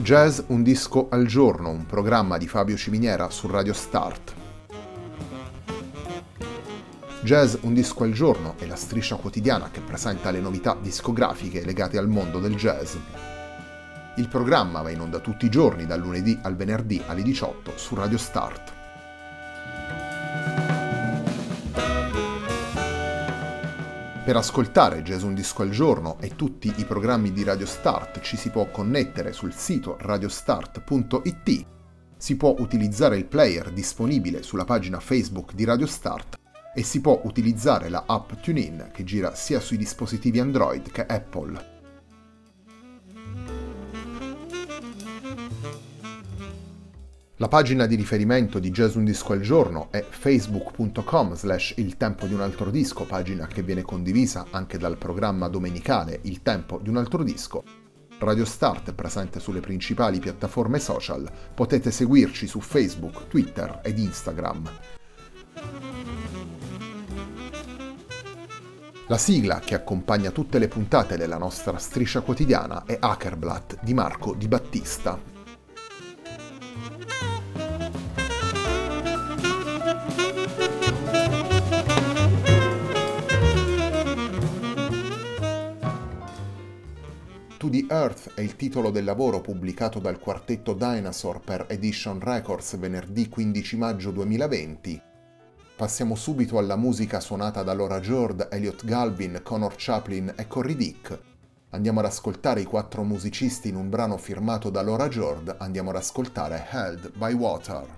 Jazz un disco al giorno, un programma di Fabio Ciminiera su Radio Start. Jazz un disco al giorno è la striscia quotidiana che presenta le novità discografiche legate al mondo del jazz. Il programma va in onda tutti i giorni dal lunedì al venerdì alle 18 su Radio Start. Per ascoltare Jazz un disco al giorno e tutti i programmi di Radio Start ci si può connettere sul sito radiostart.it, si può utilizzare il player disponibile sulla pagina Facebook di Radio Start e si può utilizzare la app TuneIn che gira sia sui dispositivi Android che Apple. La pagina di riferimento di Jazz un disco al giorno è facebook.com/Il tempo di un altro disco, pagina che viene condivisa anche dal programma domenicale Il tempo di un altro disco. Radio Start è presente sulle principali piattaforme social, potete seguirci su Facebook, Twitter ed Instagram. La sigla che accompagna tutte le puntate della nostra striscia quotidiana è Hackerblatt di Marco Di Battista. To the Earth è il titolo del lavoro pubblicato dal quartetto Dinosaur per Edition Records venerdì 15 maggio 2020. Passiamo subito alla musica suonata da Laura Jord, Elliot Galvin, Connor Chaplin e Corey Dick. Andiamo ad ascoltare i 4 musicisti in un brano firmato da Laura Jord, andiamo ad ascoltare Held by Water.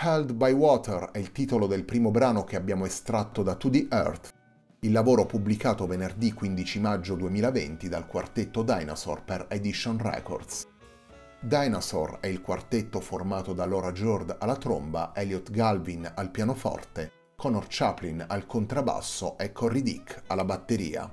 Held by Water è il titolo del primo brano che abbiamo estratto da To the Earth, il lavoro pubblicato venerdì 15 maggio 2020 dal quartetto Dinosaur per Edition Records. Dinosaur è il quartetto formato da Laura Jord alla tromba, Elliot Galvin al pianoforte, Connor Chaplin al contrabbasso e Corey Dick alla batteria.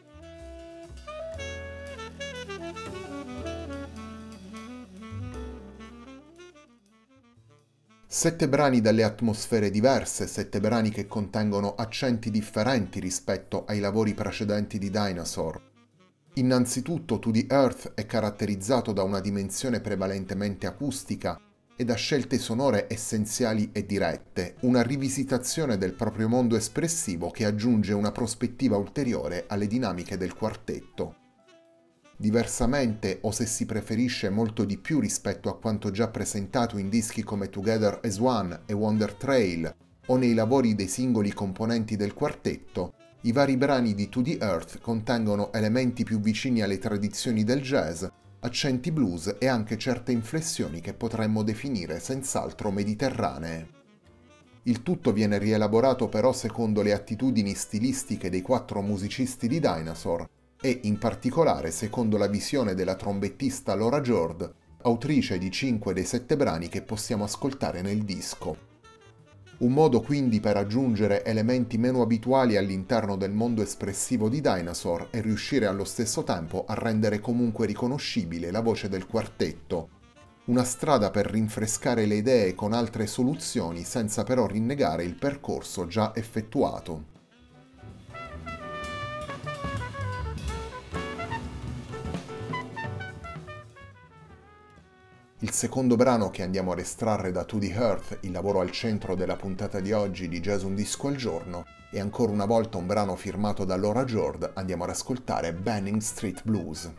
Sette brani dalle atmosfere diverse, 7 brani che contengono accenti differenti rispetto ai lavori precedenti di Dinosaur. Innanzitutto To the Earth è caratterizzato da una dimensione prevalentemente acustica e da scelte sonore essenziali e dirette, una rivisitazione del proprio mondo espressivo che aggiunge una prospettiva ulteriore alle dinamiche del quartetto. Diversamente, o se si preferisce molto di più rispetto a quanto già presentato in dischi come Together as One e Wonder Trail, o nei lavori dei singoli componenti del quartetto, i vari brani di To the Earth contengono elementi più vicini alle tradizioni del jazz, accenti blues e anche certe inflessioni che potremmo definire senz'altro mediterranee. Il tutto viene rielaborato però secondo le attitudini stilistiche dei 4 musicisti di Dinosaur, e in particolare secondo la visione della trombettista Laura Jord, autrice di 5 dei 7 brani che possiamo ascoltare nel disco. Un modo quindi per aggiungere elementi meno abituali all'interno del mondo espressivo di Dinosaur e riuscire allo stesso tempo a rendere comunque riconoscibile la voce del quartetto. Una strada per rinfrescare le idee con altre soluzioni senza però rinnegare il percorso già effettuato. Il secondo brano che andiamo ad estrarre da To the Earth, il lavoro al centro della puntata di oggi di Jazz Un Disco al Giorno, è ancora una volta un brano firmato da Laura Jord. Andiamo ad ascoltare Banning Street Blues.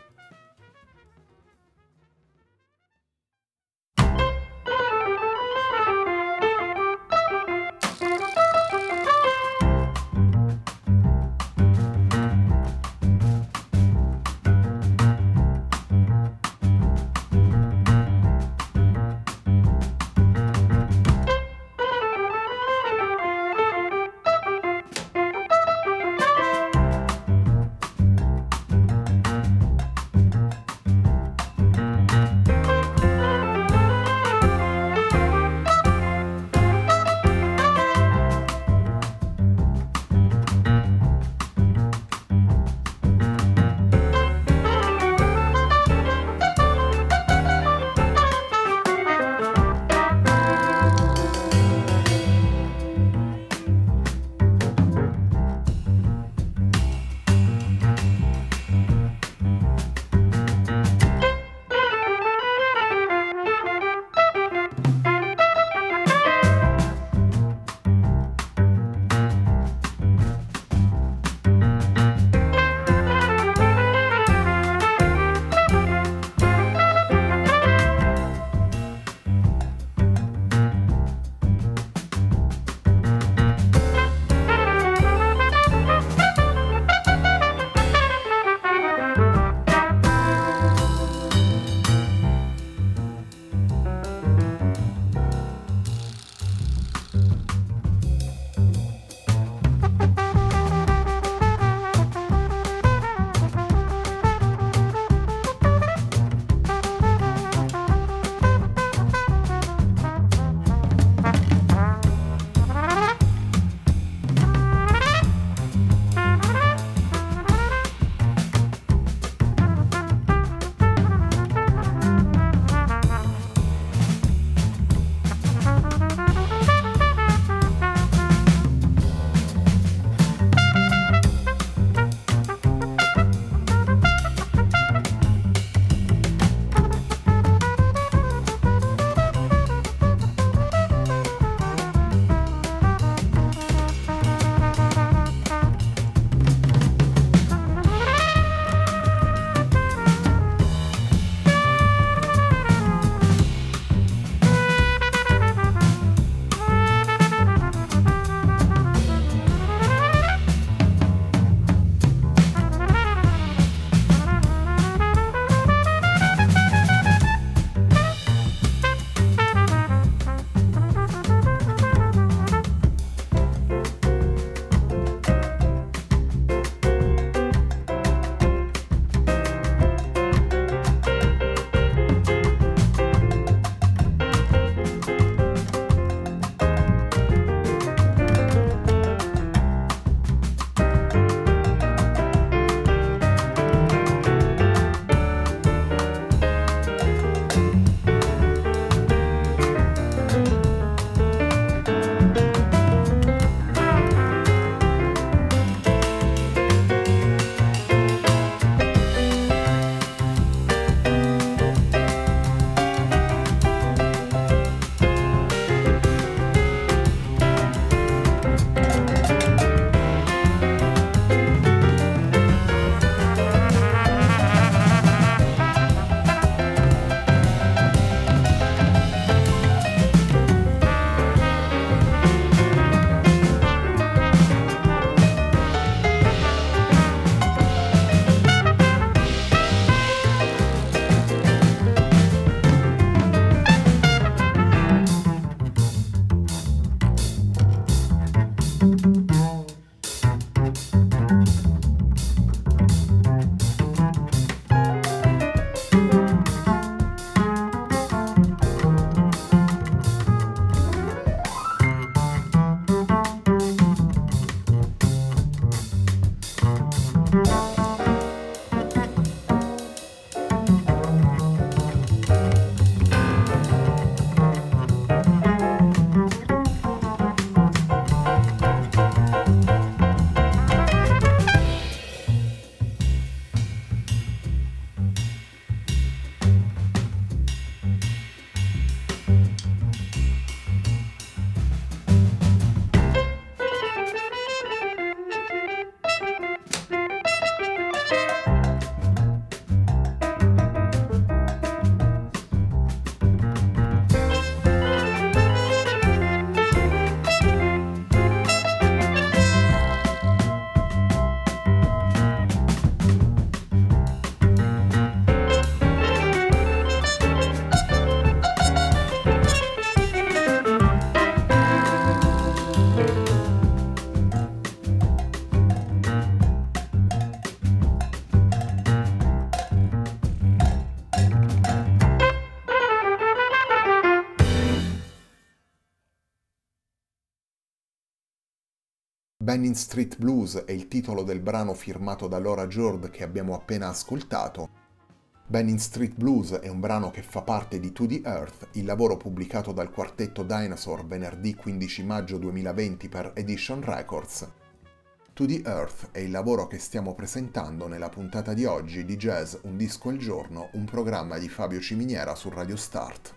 Benin Street Blues è il titolo del brano firmato da Laura Jord che abbiamo appena ascoltato. Benin Street Blues è un brano che fa parte di To the Earth, il lavoro pubblicato dal quartetto Dinosaur venerdì 15 maggio 2020 per Edition Records. To the Earth è il lavoro che stiamo presentando nella puntata di oggi di Jazz Un disco al giorno, un programma di Fabio Ciminiera su Radio Start.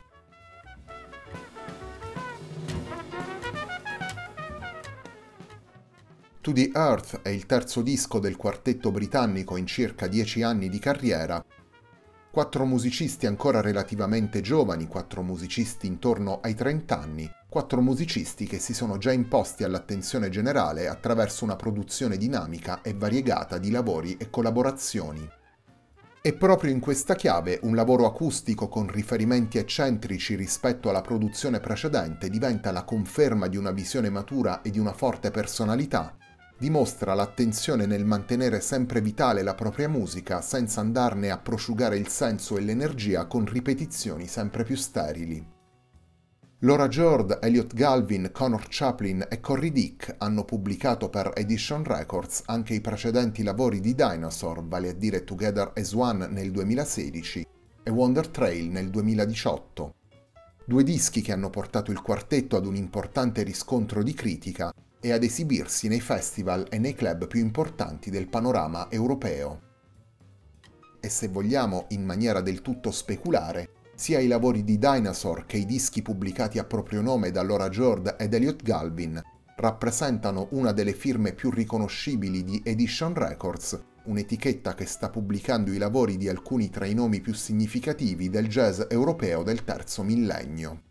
To the Earth è il terzo disco del quartetto britannico in circa 10 anni di carriera. 4 musicisti ancora relativamente giovani, 4 musicisti intorno ai 30 anni, 4 musicisti che si sono già imposti all'attenzione generale attraverso una produzione dinamica e variegata di lavori e collaborazioni. E proprio in questa chiave un lavoro acustico con riferimenti eccentrici rispetto alla produzione precedente diventa la conferma di una visione matura e di una forte personalità. Dimostra l'attenzione nel mantenere sempre vitale la propria musica senza andarne a prosciugare il senso e l'energia con ripetizioni sempre più sterili. Laura Jord, Elliot Galvin, Connor Chaplin e Corey Dick hanno pubblicato per Edition Records anche i precedenti lavori di Dinosaur, vale a dire Together as One nel 2016 e Wonder Trail nel 2018. 2 dischi che hanno portato il quartetto ad un importante riscontro di critica e ad esibirsi nei festival e nei club più importanti del panorama europeo. E se vogliamo, in maniera del tutto speculare, sia i lavori di Dinosaur che i dischi pubblicati a proprio nome da Laura Jord ed Elliot Galvin rappresentano una delle firme più riconoscibili di Edition Records, un'etichetta che sta pubblicando i lavori di alcuni tra i nomi più significativi del jazz europeo del terzo millennio.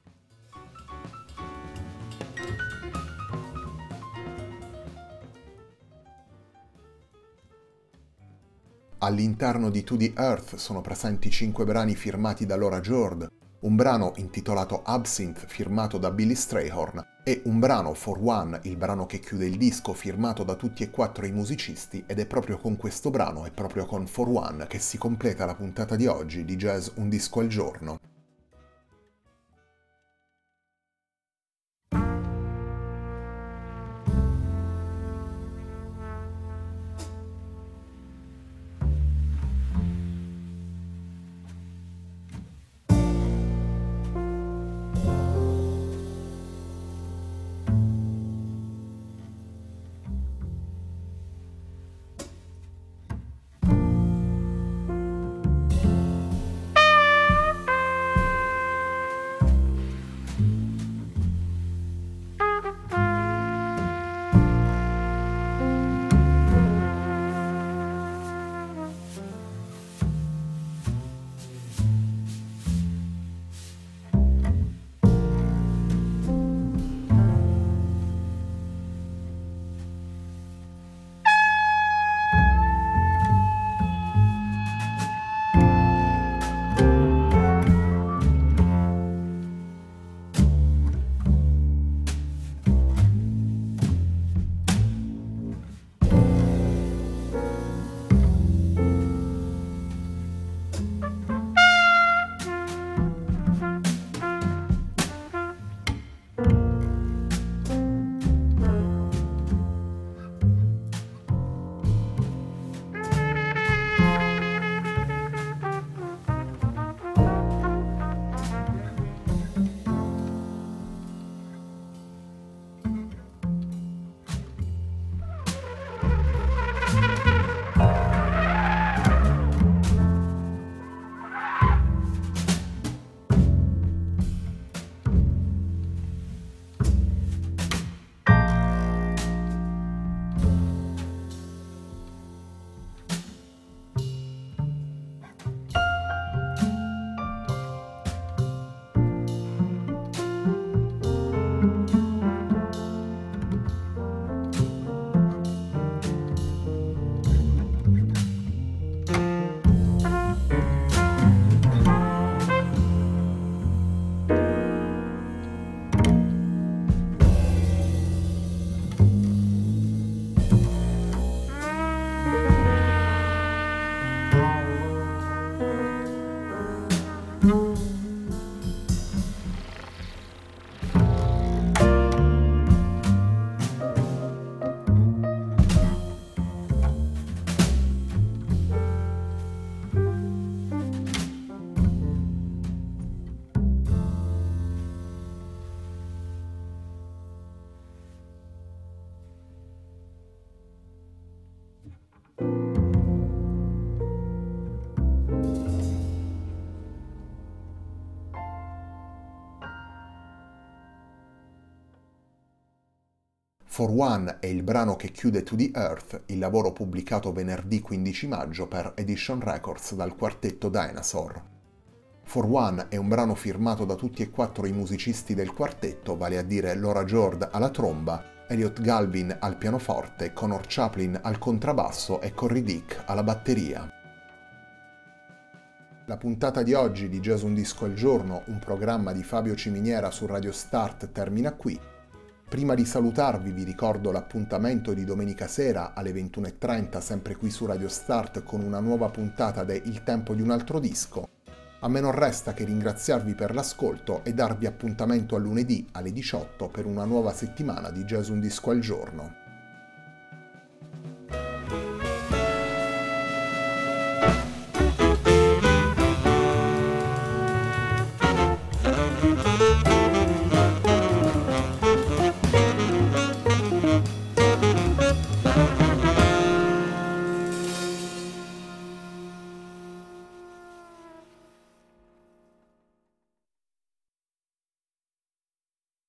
All'interno di To the Earth sono presenti 5 brani firmati da Laura Jord, un brano intitolato Absinthe firmato da Billy Strayhorn e un brano For One, il brano che chiude il disco, firmato da tutti e 4 i musicisti, ed è proprio con questo brano e proprio con For One che si completa la puntata di oggi di Jazz Un disco al giorno. For One è il brano che chiude To the Earth, il lavoro pubblicato venerdì 15 maggio per Edition Records dal quartetto Dinosaur. For One è un brano firmato da tutti e quattro i musicisti del quartetto, vale a dire Laura Jord alla tromba, Elliot Galvin al pianoforte, Connor Chaplin al contrabbasso e Corey Dick alla batteria. La puntata di oggi di Jazz Un Disco al Giorno, un programma di Fabio Ciminiera su Radio Start, termina qui. Prima di salutarvi vi ricordo l'appuntamento di domenica sera alle 21:30 sempre qui su Radio Start con una nuova puntata de Il tempo di un altro disco. A me non resta che ringraziarvi per l'ascolto e darvi appuntamento a lunedì alle 18 per una nuova settimana di Jazz Un Disco al Giorno.